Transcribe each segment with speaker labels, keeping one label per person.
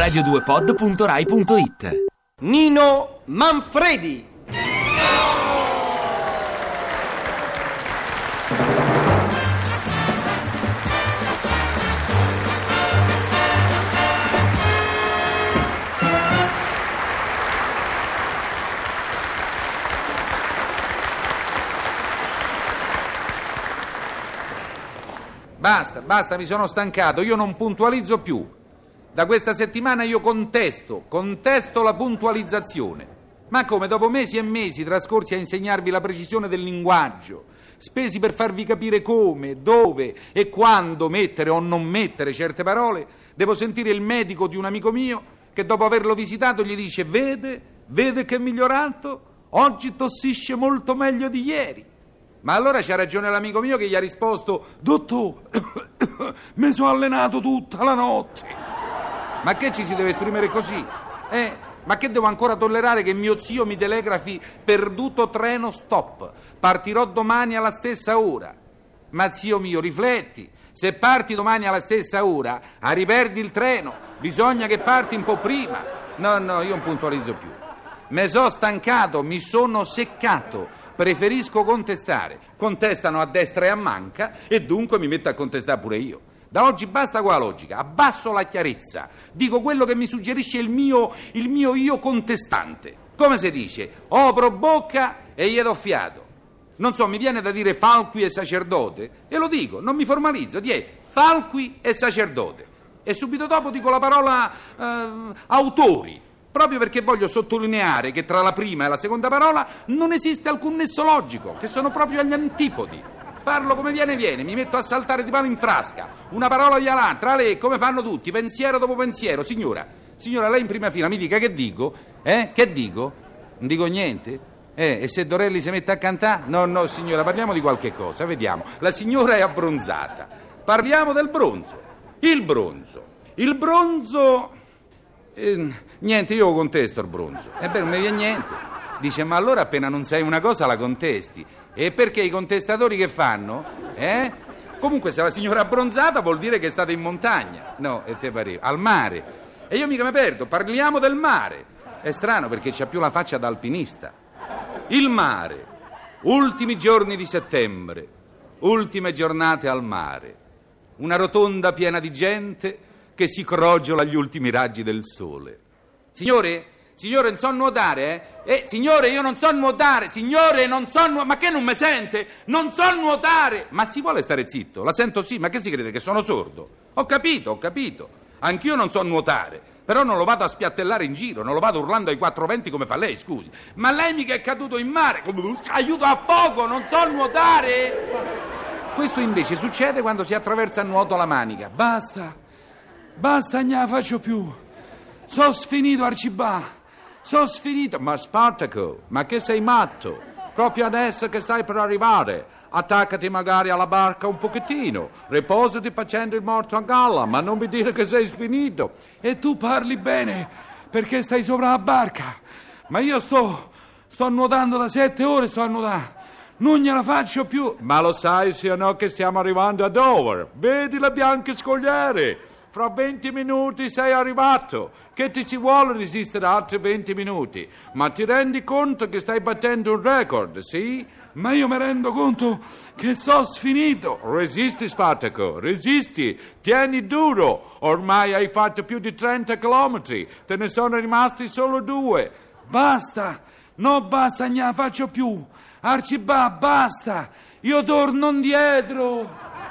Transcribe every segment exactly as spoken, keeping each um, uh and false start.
Speaker 1: radio due pod punto rai punto it.
Speaker 2: Nino Manfredi.
Speaker 3: Basta, basta, mi sono stancato, io non puntualizzo più. Da questa settimana io contesto, contesto la puntualizzazione. Ma come, dopo mesi e mesi trascorsi a insegnarvi la precisione del linguaggio, spesi per farvi capire come, dove e quando mettere o non mettere certe parole, devo sentire il medico di un amico mio che dopo averlo visitato gli dice: vede, vede che è migliorato? Oggi tossisce molto meglio di ieri. Ma allora c'ha ragione l'amico mio che gli ha risposto: dottore, mi sono allenato tutta la notte. Ma che ci si deve esprimere così? Eh? Ma che devo ancora tollerare che mio zio mi telegrafi: perduto treno stop, partirò domani alla stessa ora? Ma zio mio, rifletti, se parti domani alla stessa ora, a riperdi il treno, bisogna che parti un po' prima. No, no, io non puntualizzo più. Me so stancato, mi sono seccato. Preferisco contestare. Contestano a destra e a manca e dunque mi metto a contestare pure io. Da oggi basta con la logica, abbasso la chiarezza, dico quello che mi suggerisce il mio, il mio io contestante. Come si dice? Opro bocca e gli do fiato. Non so, mi viene da dire falqui e sacerdote e lo dico, non mi formalizzo, die, falqui e sacerdote. E subito dopo dico la parola eh, autori. Proprio perché voglio sottolineare che tra la prima e la seconda parola non esiste alcun nesso logico, che sono proprio agli antipodi. Parlo come viene viene, mi metto a saltare di palo in frasca, una parola di l'altra, lei, come fanno tutti, pensiero dopo pensiero. Signora, signora, lei in prima fila mi dica che dico? Eh? Che dico? Non dico niente? Eh, e se Dorelli si mette a cantare? No, no, signora, parliamo di qualche cosa, vediamo. La signora è abbronzata. Parliamo del bronzo. Il bronzo. Il bronzo... Eh, niente, io contesto il bronzo. Ebbene, non mi viene niente. Dice: ma allora appena non sai una cosa la contesti. E perché i contestatori che fanno? Eh? Comunque se la signora è abbronzata vuol dire che è stata in montagna. No, e te pareva, al mare. E io mica mi perdo, parliamo del mare. È strano perché c'ha più la faccia da alpinista. Il mare. Ultimi giorni di settembre. Ultime giornate al mare. Una rotonda piena di gente che si crogiola agli ultimi raggi del sole. Signore, signore, non so nuotare, eh? Eh, signore, io non so nuotare, signore, non so nuotare, ma che non mi sente? Non so nuotare! Ma si vuole stare zitto? La sento sì, ma che si crede, che sono sordo? Ho capito, ho capito, anch'io non so nuotare, però non lo vado a spiattellare in giro, non lo vado urlando ai quattro venti come fa lei, scusi. Ma lei mica è caduto in mare, aiuto a fuoco, non so nuotare! Questo invece succede quando si attraversa a nuoto la Manica. Basta! Basta, non la faccio più. So sfinito, Arcibà. So sfinito. Ma Spartaco, ma che sei matto? Proprio adesso che stai per arrivare. Attaccati magari alla barca un pochettino. Riposati facendo il morto a galla, ma non mi dire che sei sfinito. E tu parli bene, perché stai sopra la barca. Ma io sto, sto nuotando da sette ore, sto a nuotare. Non gliela faccio più. Ma lo sai sì o no che stiamo arrivando a Dover? Vedi le bianche scogliere. Fra venti minuti sei arrivato. Che ti ci vuole resistere altri venti minuti? Ma ti rendi conto che stai battendo un record, sì? Ma io mi rendo conto che so sfinito. Resisti, Spartaco, resisti. Tieni duro. Ormai hai fatto più di trenta chilometri. Te ne sono rimasti solo due. Basta. No, basta, non la faccio più. Arcibà, basta. Io torno indietro.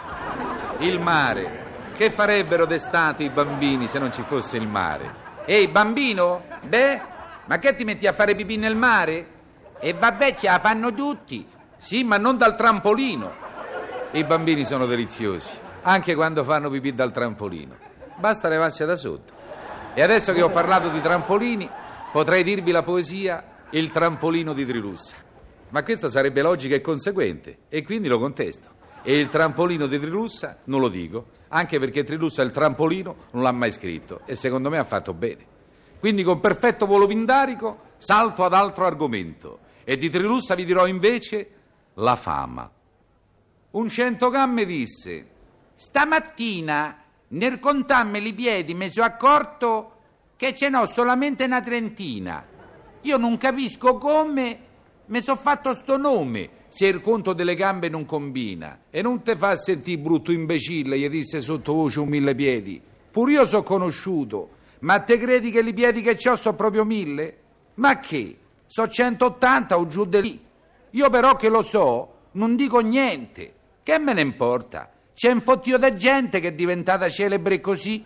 Speaker 3: Il mare. Che farebbero d'estate i bambini se non ci fosse il mare? Ehi, bambino? Beh, ma che ti metti a fare pipì nel mare? E vabbè, ce la fanno tutti. Sì, ma non dal trampolino. I bambini sono deliziosi, anche quando fanno pipì dal trampolino. Basta levarsi da sotto. E adesso che ho parlato di trampolini, potrei dirvi la poesia Il trampolino di Trilussa. Ma questo sarebbe logico e conseguente, e quindi lo contesto. E il trampolino di Trilussa non lo dico, anche perché Trilussa il trampolino non l'ha mai scritto e secondo me ha fatto bene. Quindi con perfetto volo pindarico salto ad altro argomento e di Trilussa vi dirò invece la fama. Un centogamme disse: stamattina nel contammeli i piedi mi sono accorto che ce n'ho solamente una trentina. Io non capisco come mi so fatto sto nome, se il conto delle gambe non combina. E non te fa sentire brutto imbecille, gli disse sottovoce un mille piedi. Pur io so conosciuto, ma te credi che i piedi che c'ho so proprio mille? Ma che? So centottanta o giù di lì. Io però che lo so, non dico niente. Che me ne importa? C'è un fottio di gente che è diventata celebre così.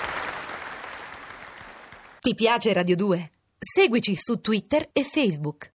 Speaker 4: Ti piace Radio due? Seguici su Twitter e Facebook.